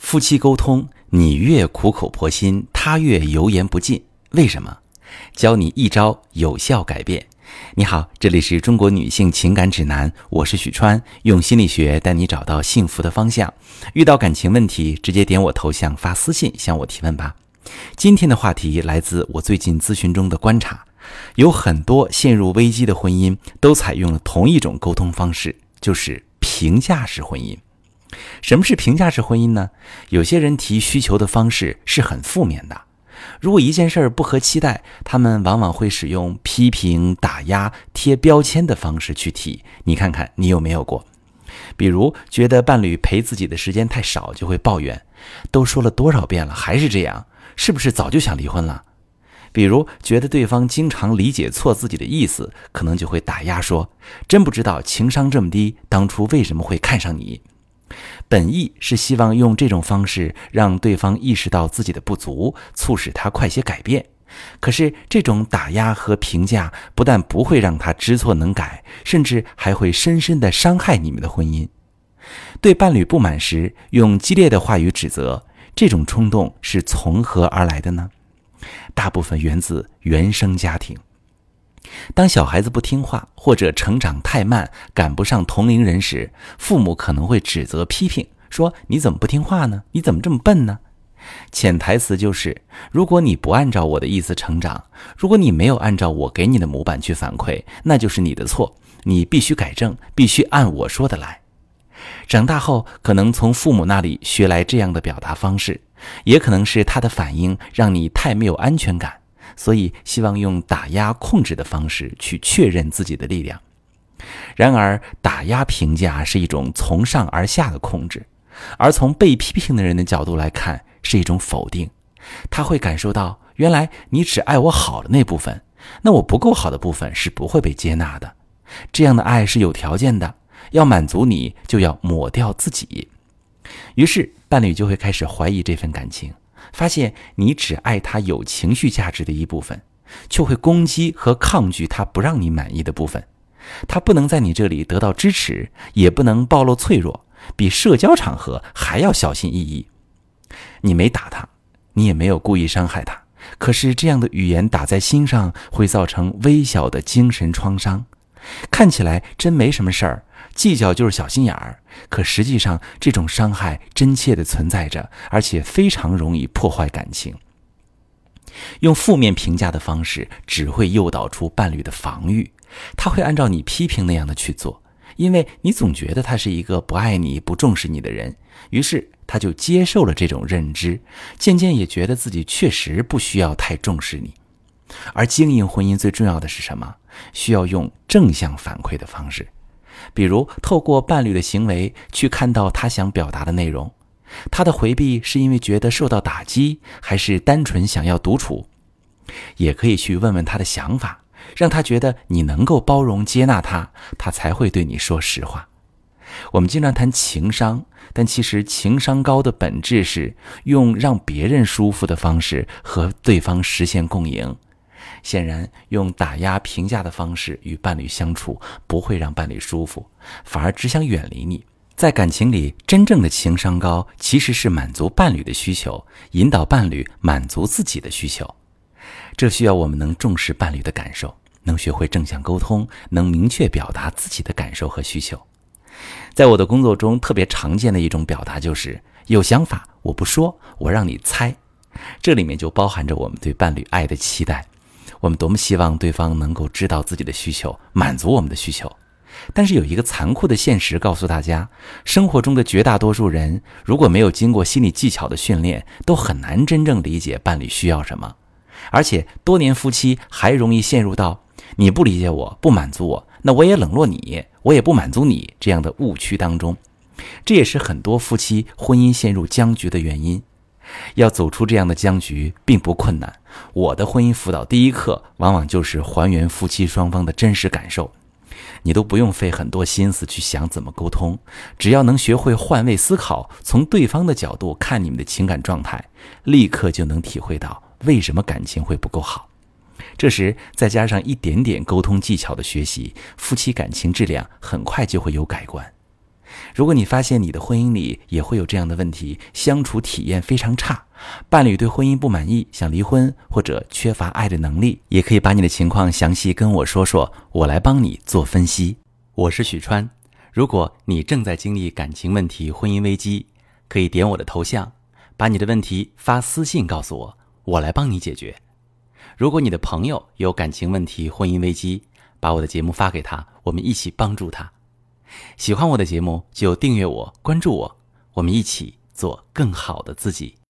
夫妻沟通，你越苦口婆心，他越油盐不进，为什么？教你一招有效改变。你好，这里是中国女性情感指南，我是许川，用心理学带你找到幸福的方向。遇到感情问题，直接点我头像发私信向我提问吧。今天的话题来自我最近咨询中的观察，有很多陷入危机的婚姻都采用了同一种沟通方式，就是评价式婚姻。什么是评价式婚姻呢？有些人提需求的方式是很负面的。如果一件事不合期待，他们往往会使用批评、打压、贴标签的方式去提。你看看你有没有过？比如觉得伴侣陪自己的时间太少，就会抱怨，都说了多少遍了还是这样，是不是早就想离婚了？比如觉得对方经常理解错自己的意思，可能就会打压说，真不知道情商这么低，当初为什么会看上你？本意是希望用这种方式让对方意识到自己的不足，促使他快些改变。可是这种打压和评价不但不会让他知错能改，甚至还会深深地伤害你们的婚姻。对伴侣不满时，用激烈的话语指责，这种冲动是从何而来的呢？大部分源自原生家庭。当小孩子不听话，或者成长太慢，赶不上同龄人时，父母可能会指责批评，说你怎么不听话呢？你怎么这么笨呢？潜台词就是，如果你不按照我的意思成长，如果你没有按照我给你的模板去反馈，那就是你的错，你必须改正，必须按我说的来。长大后可能从父母那里学来这样的表达方式，也可能是他的反应让你太没有安全感，所以希望用打压控制的方式去确认自己的力量。然而打压评价是一种从上而下的控制，而从被批评的人的角度来看，是一种否定。他会感受到，原来你只爱我好的那部分，那我不够好的部分是不会被接纳的。这样的爱是有条件的，要满足你就要抹掉自己。于是伴侣就会开始怀疑这份感情，发现你只爱他有情绪价值的一部分，却会攻击和抗拒他不让你满意的部分。他不能在你这里得到支持，也不能暴露脆弱，比社交场合还要小心翼翼。你没打他，你也没有故意伤害他，可是这样的语言打在心上，会造成微小的精神创伤。看起来真没什么事儿，计较就是小心眼儿，可实际上这种伤害真切地存在着，而且非常容易破坏感情。用负面评价的方式只会诱导出伴侣的防御，他会按照你批评那样的去做，因为你总觉得他是一个不爱你、不重视你的人，于是他就接受了这种认知，渐渐也觉得自己确实不需要太重视你。而经营婚姻最重要的是什么？需要用正向反馈的方式，比如透过伴侣的行为去看到他想表达的内容。他的回避是因为觉得受到打击，还是单纯想要独处？也可以去问问他的想法，让他觉得你能够包容接纳他，他才会对你说实话。我们经常谈情商，但其实情商高的本质是用让别人舒服的方式和对方实现共赢。显然，用打压评价的方式与伴侣相处，不会让伴侣舒服，反而只想远离你。在感情里，真正的情商高其实是满足伴侣的需求，引导伴侣满足自己的需求。这需要我们能重视伴侣的感受，能学会正向沟通，能明确表达自己的感受和需求。在我的工作中，特别常见的一种表达就是有想法我不说，我让你猜。这里面就包含着我们对伴侣爱的期待，我们多么希望对方能够知道自己的需求，满足我们的需求。但是有一个残酷的现实告诉大家，生活中的绝大多数人如果没有经过心理技巧的训练，都很难真正理解伴侣需要什么。而且多年夫妻还容易陷入到你不理解我，不满足我，那我也冷落你，我也不满足你这样的误区当中。这也是很多夫妻婚姻陷入僵局的原因。要走出这样的僵局并不困难，我的婚姻辅导第一课往往就是还原夫妻双方的真实感受。你都不用费很多心思去想怎么沟通，只要能学会换位思考，从对方的角度看你们的情感状态，立刻就能体会到为什么感情会不够好。这时再加上一点点沟通技巧的学习，夫妻感情质量很快就会有改观。 如果你发现你的婚姻里也会有这样的问题，相处体验非常差，伴侣对婚姻不满意，想离婚，或者缺乏爱的能力，也可以把你的情况详细跟我说说，我来帮你做分析。我是许川，如果你正在经历感情问题、婚姻危机，可以点我的头像，把你的问题发私信告诉我，我来帮你解决。如果你的朋友有感情问题、婚姻危机，把我的节目发给他，我们一起帮助他。喜欢我的节目就订阅我、关注我，我们一起做更好的自己。